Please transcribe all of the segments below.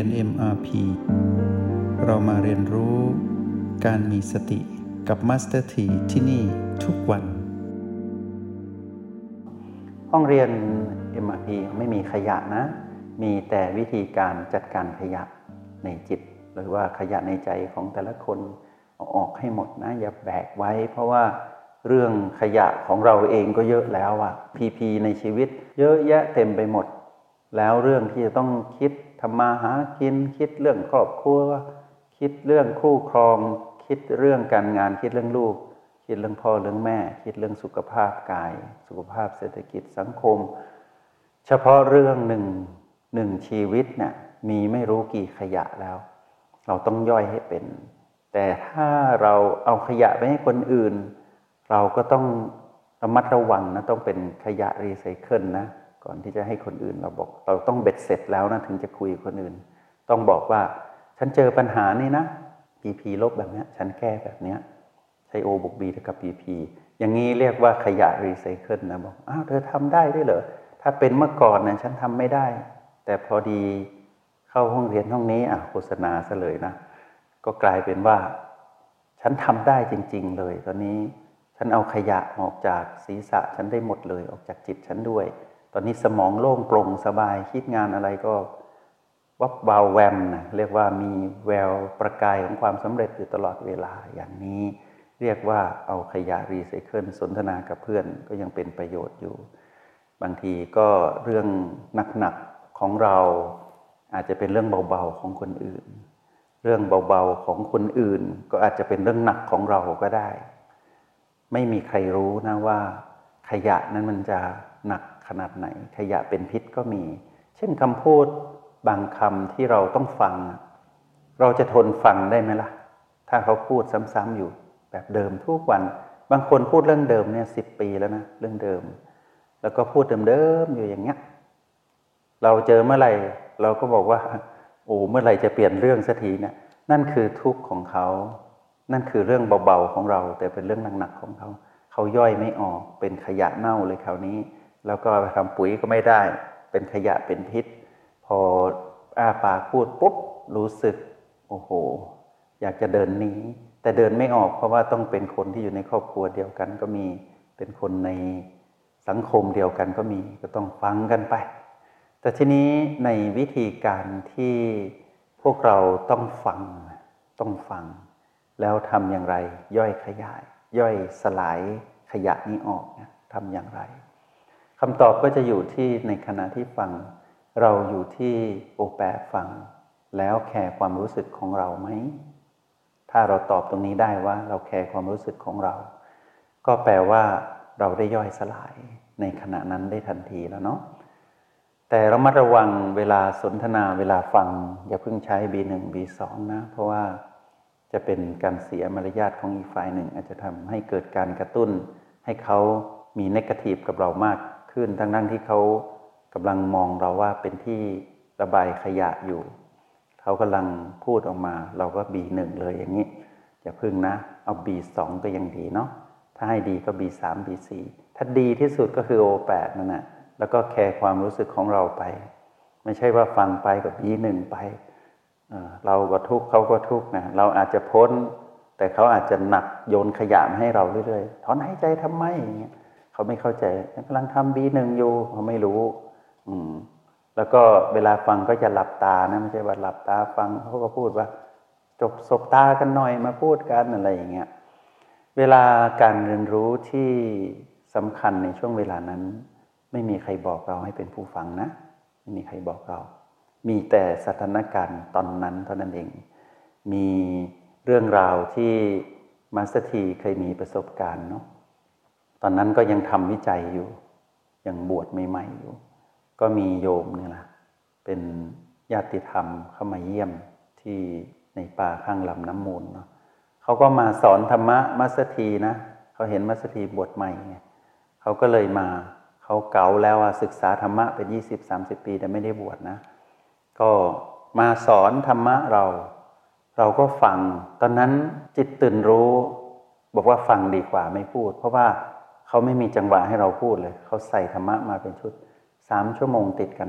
ยน MRP เรามาเรียนรู้การมีสติกับ Master T ที่นี่ทุกวันห้องเรียน MRP ไม่มีขยะนะมีแต่วิธีการจัดการขยะในจิตหรือว่าขยะในใจของแต่ละคนเอาออกให้หมดนะอย่าแบกไว้เพราะว่าเรื่องขยะของเราเองก็เยอะแล้วอะพีในชีวิตเยอะแยะเต็มไปหมดแล้วเรื่องที่จะต้องคิดทำมาหากินคิดเรื่องครอบครัวคิดเรื่องคู่ครองคิดเรื่องการงานคิดเรื่องลูกคิดเรื่องพ่อเรื่องแม่คิดเรื่องสุขภาพกายสุขภาพเศรษฐกิจสังคมเฉพาะเรื่องหนึ่งชีวิตเนี่ยมีไม่รู้กี่ขยะแล้วเราต้องย่อยให้เป็นแต่ถ้าเราเอาขยะไปให้คนอื่นเราก็ต้องระมัดระวังนะต้องเป็นขยะรีไซเคิลนะก่อนที่จะให้คนอื่นเราบอกเราต้องเบ็ดเสร็จแล้วนะถึงจะคุยกับคนอื่นต้องบอกว่าฉันเจอปัญหานี่นะ PP ลบแบบนี้ฉันแก้แบบนี้ใช้ O บวก B เท่ากับ PP อย่างนี้เรียกว่าขยะรีไซเคิลนะบอกอ้าวเธอทำได้ด้วยเหรอถ้าเป็นเมื่อก่อนเนี่ยฉันทำไม่ได้แต่พอดีเข้าห้องเรียนห้องนี้โฆษณาซะเลยนะก็กลายเป็นว่าฉันทำได้จริงๆเลยตอนนี้ฉันเอาขยะออกจากศีรษะฉันได้หมดเลยออกจากจิตฉันด้วยตอนนี้สมองโล่งโปร่งสบายคิดงานอะไรก็วับวาวแวมนะเรียกว่ามีแววประกายของความสำเร็จอยู่ตลอดเวลาอย่างนี้เรียกว่าเอาขยะรีไซเคิลสนทนากับเพื่อนก็ยังเป็นประโยชน์อยู่บางทีก็เรื่องหนักๆของเราอาจจะเป็นเรื่องเบาๆของคนอื่นเรื่องเบาๆของคนอื่นก็อาจจะเป็นเรื่องหนักของเราก็ได้ไม่มีใครรู้นะว่าขยะนั้นมันจะหนักขนาดไหนขยะเป็นพิษก็มีเช่นคำพูดบางคำที่เราต้องฟังเราจะทนฟังได้ไหมล่ะถ้าเขาพูดซ้ำๆอยู่แบบเดิมทุกวันบางคนพูดเรื่องเดิมเนี่ย10 ปีแล้วนะเรื่องเดิมแล้วก็พูดเดิมๆอยู่อย่างเงี้ยเราเจอเมื่อไหร่เราก็บอกว่าโอ้เมื่อไหร่จะเปลี่ยนเรื่องสักทีเนี่ยนั่นคือทุกข์ของเขานั่นคือเรื่องเบาๆของเราแต่เป็นเรื่องหนักๆของเขาเขาย่อยไม่ออกเป็นขยะเน่าเลยคราวนี้แล้วก็ไปทำปุ๋ยก็ไม่ได้เป็นขยะเป็นพิษพออ้าปากพูดปุ๊บรู้สึกโอ้โหอยากจะเดินหนีแต่เดินไม่ออกเพราะว่าต้องเป็นคนที่อยู่ในครอบครัวเดียวกันก็มีเป็นคนในสังคมเดียวกันก็มีก็ต้องฟังกันไปแต่ทีนี้ในวิธีการที่พวกเราต้องฟังแล้วทำอย่างไรย่อยขยายย่อยสลายขยะนี้ออกนะทำอย่างไรคำตอบก็จะอยู่ที่ในขณะที่ฟังเราอยู่ที่โอแปฟังแล้วแคร์ความรู้สึกของเราไหมถ้าเราตอบตรงนี้ได้ว่าเราแคร์ความรู้สึกของเราก็แปลว่าเราได้ย่อยสลายในขณะนั้นได้ทันทีแล้วเนาะแต่ระมัดระวังเวลาสนทนาเวลาฟังอย่าเพิ่งใช้ B1 B2 นะเพราะว่าจะเป็นการเสียมารยาทของอีกฝ่ายหนึ่งอาจจะทำให้เกิดการกระตุ้นให้เขามีเนกาทีฟกับเรามากขึ้นทั้งที่เขากำลังมองเราว่าเป็นที่ระบายขยะอยู่เขากำลังพูดออกมาเราก็ B1 เลยอย่างนี้อย่าพึ่งนะเอา B2 ก็ยังดีเนาะถ้าให้ดีก็ B3 B4 ถ้าดีที่สุดก็คือ O8 นั่นนะแล้วก็แคร์ความรู้สึกของเราไปไม่ใช่ว่าฟังไปกับ B1 ไปเราก็ทุกข์เขาก็ทุกข์นะเราอาจจะพ้นแต่เขาอาจจะหนักโยนขยะมาให้เราเรื่อยๆถอนหายใจทำไมอย่างเงี้ยเขาไม่เข้าใจกำลังทำ B1 อยู่เขาไม่รู้แล้วก็เวลาฟังก็จะหลับตานะไม่ใช่ว่าหลับตาฟังเขาก็พูดว่าจบสบตากันหน่อยมาพูดกันอะไรอย่างเงี้ยเวลาการเรียนรู้ที่สำคัญในช่วงเวลานั้นไม่มีใครบอกเราให้เป็นผู้ฟังนะไม่มีใครบอกเรามีแต่สถานการณ์ตอนนั้นเท่านั้นเองมีเรื่องราวที่มาสเตอร์ทีเคยมีประสบการณ์เนาะตอนนั้นก็ยังทำวิจัยอยู่ยังบวชใหม่ๆอยู่ก็มีโยมนี่แหละเป็นญาติธรรมเข้ามาเยี่ยมที่ในป่าข้างลำน้ำมูลเนาะเขาก็มาสอนธรรมะมาสเตอร์ทีนะเขาเห็นมาสเตอร์ทีบวชใหม่ไงเขาก็เลยมาเขาเก่าแล้วศึกษาธรรมะเป็น20-30 ปีแต่ไม่ได้บวชนะก็มาสอนธรรมะเราก็ฟังตอนนั้นจิตตื่นรู้บอกว่าฟังดีกว่าไม่พูดเพราะว่าเขาไม่มีจังหวะให้เราพูดเลยเขาใส่ธรรมะมาเป็นชุด3 ชั่วโมงติดกันนะ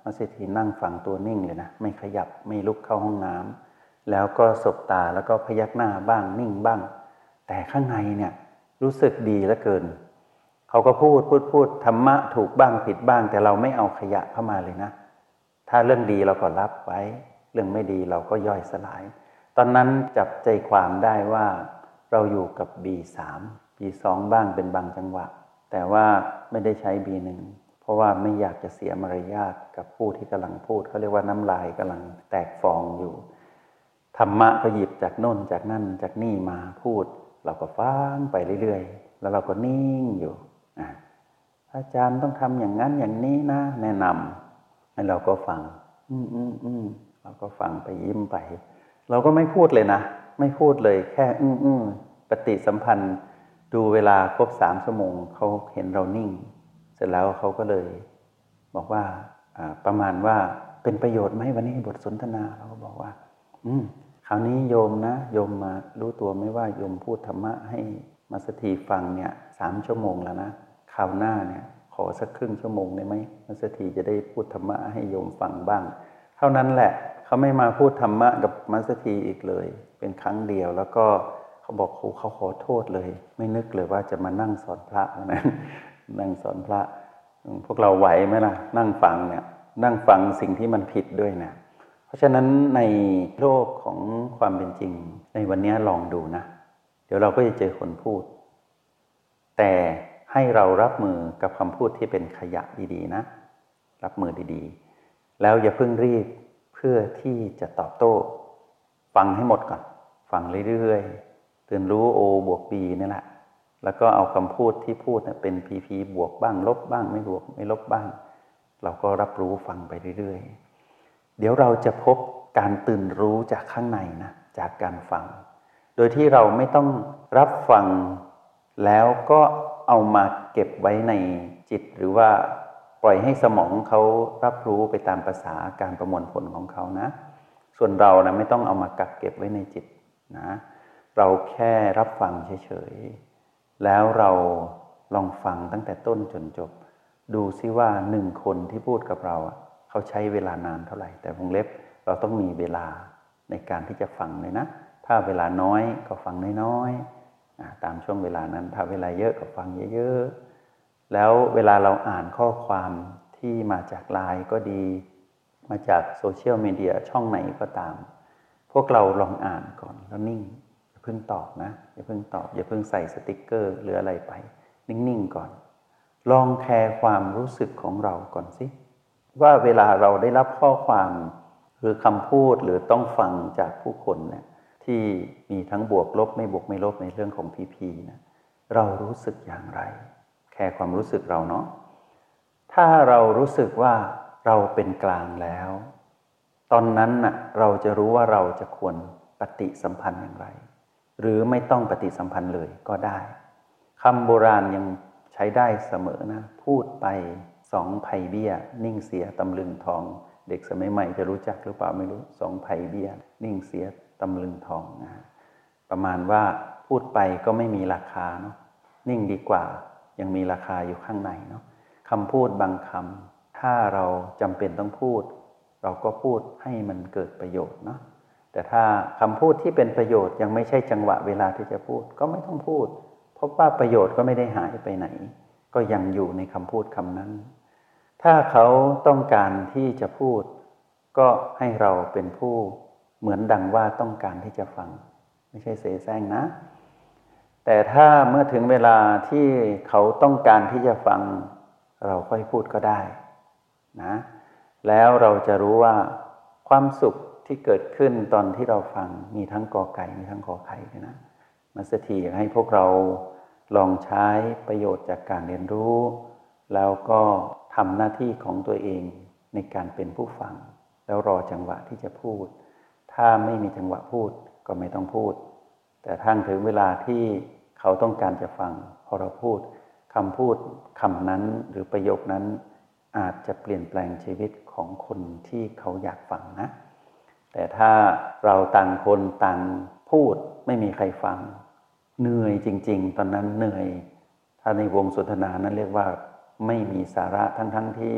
มัสถีนั่งฟังตัวนิ่งเลยนะไม่ขยับไม่ลุกเข้าห้องน้ำแล้วก็สบตาแล้วก็พยักหน้าบ้างนิ่งบ้างแต่ข้างในเนี่ยรู้สึกดีเหลือเกินเขาก็พูดธรรมะถูกบ้างผิดบ้างแต่เราไม่เอาขยะเข้ามาเลยนะถ้าเรื่องดีเราก็รับไว้เรื่องไม่ดีเราก็ย่อยสลายตอนนั้นจับใจความได้ว่าเราอยู่กับ B3 B2 บ้างเป็นบางจังหวะแต่ว่าไม่ได้ใช้ B1 เพราะว่าไม่อยากจะเสียมารยาทกับผู้ที่กำลังพูดเขาเรียกว่าน้ำลายกำลังแตกฟองอยู่ธรรมะก็หยิบจากโน่นจากนั่นจากนี่มาพูดเราก็ฟังไปเรื่อยๆแล้วเราก็นิ่งอยู่อาจารย์ต้องทำอย่างนั้นอย่างนี้นะแนะนำให้เราก็ฟังเราก็ฟังไปยิ้มไปเราก็ไม่พูดเลยนะไม่พูดเลยแค่ปฏิสัมพันธ์ดูเวลาครบ3 ชั่วโมงเขาเห็นเรานิ่งเสร็จแล้วเขาก็เลยบอกว่าประมาณว่าเป็นประโยชน์ไหมวันนี้บทสนทนาเราก็บอกว่าคราวนี้โยมนะโยมมารู้ตัวไหมว่าโยมพูดธรรมะให้มัสถีฟังเนี่ย3 ชั่วโมงแล้วนะคราวหน้าเนี่ยขอสักครึ่งชั่วโมงได้ไหมมัสถีจะได้พูดธรรมะให้โยมฟังบ้างเท่านั้นแหละเขาไม่มาพูดธรรมะกับมัสถีอีกเลยเป็นครั้งเดียวแล้วก็เขาบอกเขาขอโทษเลยไม่นึกเลยว่าจะมานั่งสอนพระนะนั่งสอนพระพวกเราไหวไหมล่ะนั่งฟังเนี่ยนั่งฟังสิ่งที่มันผิดด้วยนะเพราะฉะนั้นในโลกของความเป็นจริงในวันนี้ลองดูนะเดี๋ยวเราก็จะเจอคนพูดแต่ให้เรารับมือกับคำพูดที่เป็นขยะดีๆนะรับมือดีๆแล้วอย่าเพิ่งรีบเพื่อที่จะตอบโต้ฟังให้หมดก่อนฟังเรื่อยๆตื่นรู้ O บวก B นี่แหละแล้วก็เอาคำพูดที่พูดเป็น PP บวกบ้างลบบ้างไม่บวกไม่ลบบ้างเราก็รับรู้ฟังไปเรื่อยๆเดี๋ยวเราจะพบการตื่นรู้จากข้างในนะจากการฟังโดยที่เราไม่ต้องรับฟังแล้วก็เอามาเก็บไว้ในจิตหรือว่าปล่อยให้สมองเขารับรู้ไปตามภาษาการประมวลผลของเขานะส่วนเรานะไม่ต้องเอามากักเก็บไว้ในจิตนะเราแค่รับฟังเฉยๆแล้วเราลองฟังตั้งแต่ต้นจนจบดูซิว่า1 คนที่พูดกับเราเขาใช้เวลานานเท่าไหร่แต่วงเล็บเราต้องมีเวลาในการที่จะฟังเลยนะถ้าเวลาน้อยก็ฟังน้อยๆตามช่วงเวลานั้นถ้าเวลาเยอะก็ฟังเยอะๆแล้วเวลาเราอ่านข้อความที่มาจากไลน์ก็ดีมาจากโซเชียลมีเดียช่องไหนก็ตามพวกเราลองอ่านก่อนแล้วนิ่งอย่าเพิ่งตอบนะอย่าเพิ่งตอบอย่าเพิ่งใส่สติ๊กเกอร์หรืออะไรไปนิ่งๆก่อนลองแคร์ความรู้สึกของเราก่อนสิว่าเวลาเราได้รับข้อความหรือคำพูดหรือต้องฟังจากผู้คนเนี่ยที่มีทั้งบวกลบไม่บวกไม่ลบในเรื่องของพีนะเรารู้สึกอย่างไรแคร์ความรู้สึกเราเนาะถ้าเรารู้สึกว่าเราเป็นกลางแล้วตอนนั้นน่ะเราจะรู้ว่าเราจะควรปฏิสัมพันธ์อย่างไรหรือไม่ต้องปฏิสัมพันธ์เลยก็ได้คำโบราณยังใช้ได้เสมอนะพูดไป2 ไผ่เบี้ยนิ่งเสียตำลึงทองเด็กสมัยใหม่จะรู้จักหรือเปล่าไม่รู้2 ไผ่เบี้ยนิ่งเสียตำลึงทองนะประมาณว่าพูดไปก็ไม่มีราคาเนาะนิ่งดีกว่ายังมีราคาอยู่ข้างในเนาะคำพูดบางคำถ้าเราจำเป็นต้องพูดเราก็พูดให้มันเกิดประโยชน์เนาะแต่ถ้าคำพูดที่เป็นประโยชน์ยังไม่ใช่จังหวะเวลาที่จะพูดก็ไม่ต้องพูดเพราะว่าประโยชน์ก็ไม่ได้หายไปไหนก็ยังอยู่ในคำพูดคำนั้นถ้าเขาต้องการที่จะพูดก็ให้เราเป็นผู้เหมือนดังว่าต้องการที่จะฟังไม่ใช่เสแสร้งนะแต่ถ้าเมื่อถึงเวลาที่เขาต้องการที่จะฟังเราค่อยพูดก็ได้นะแล้วเราจะรู้ว่าความสุขที่เกิดขึ้นตอนที่เราฟังมีทั้งกอไก่มีทั้งขอไข่นะมัสถีอยากให้พวกเราลองใช้ประโยชน์จากการเรียนรู้แล้วก็ทำหน้าที่ของตัวเองในการเป็นผู้ฟังแล้วรอจังหวะที่จะพูดถ้าไม่มีจังหวะพูดก็ไม่ต้องพูดแต่ถ้าถึงเวลาที่เขาต้องการจะฟังพอเราพูดคำพูดคำนั้นหรือประโยคนั้นอาจจะเปลี่ยนแปลงชีวิตของคนที่เขาอยากฟังนะแต่ถ้าเราต่างคนต่างพูดไม่มีใครฟังเหนื่อยจริงๆตอนนั้นเหนื่อยถ้าในวงสนทนานั้นเรียกว่าไม่มีสาระทั้งที่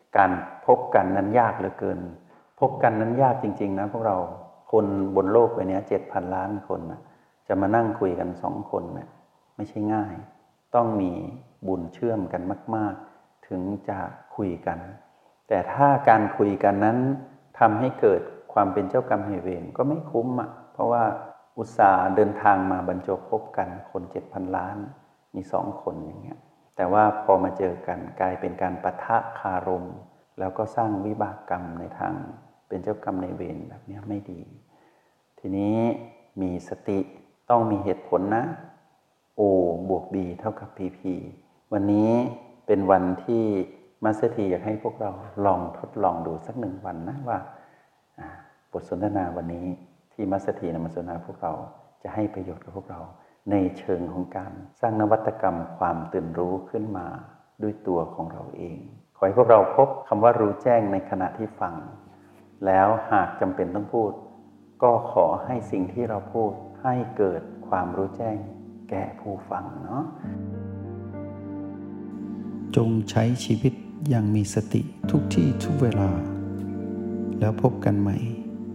การพบกันนั้นยากเหลือเกินพบกันนั้นยากจริงๆนะพวกเราคนบนโลกใบนี้7,000 ล้านคนนะจะมานั่งคุยกัน2 คนนะไม่ใช่ง่ายต้องมีบุญเชื่อมกันมากๆถึงจะคุยกันแต่ถ้าการคุยกันนั้นทำให้เกิดความเป็นเจ้ากรรมนายเวรก็ไม่คุ้มเพราะว่าอุตส่าห์เดินทางมาบรรจบพบกันคน 7,000 ล้านมี2 คนอย่างเงี้ยแต่ว่าพอมาเจอกันกลายเป็นการปะทะคารมแล้วก็สร้างวิบากกรรมในทางเป็นเจ้ากรรมนายเวรแบบนี้ไม่ดีทีนี้มีสติต้องมีเหตุผลนะ O บวก B เท่ากับ PP วันนี้เป็นวันที่มาสเตอร์ทีอยากให้พวกเราลองทดลองดูสัก1 วันนะว่าบทสนทนาวันนี้ที่มาสเตอร์ทีนำมาสนทนาพวกเราจะให้ประโยชน์กับพวกเราในเชิงของการสร้างนวัตกรรมความตื่นรู้ขึ้นมาด้วยตัวของเราเองขอให้พวกเราพบคำว่ารู้แจ้งในขณะที่ฟังแล้วหากจำเป็นต้องพูดก็ขอให้สิ่งที่เราพูดให้เกิดความรู้แจ้งแก่ผู้ฟังเนาะจงใช้ชีวิตอย่างมีสติทุกที่ทุกเวลาแล้วพบกันใหม่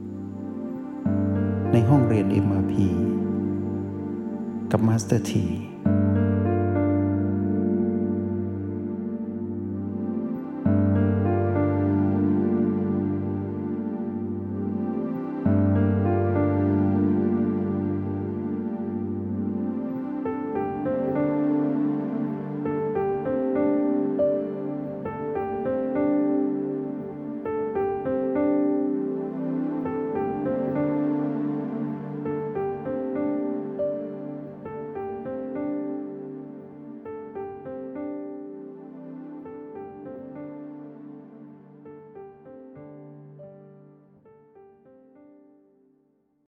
ในห้องเรียน MRP กับมาสเตอร์ที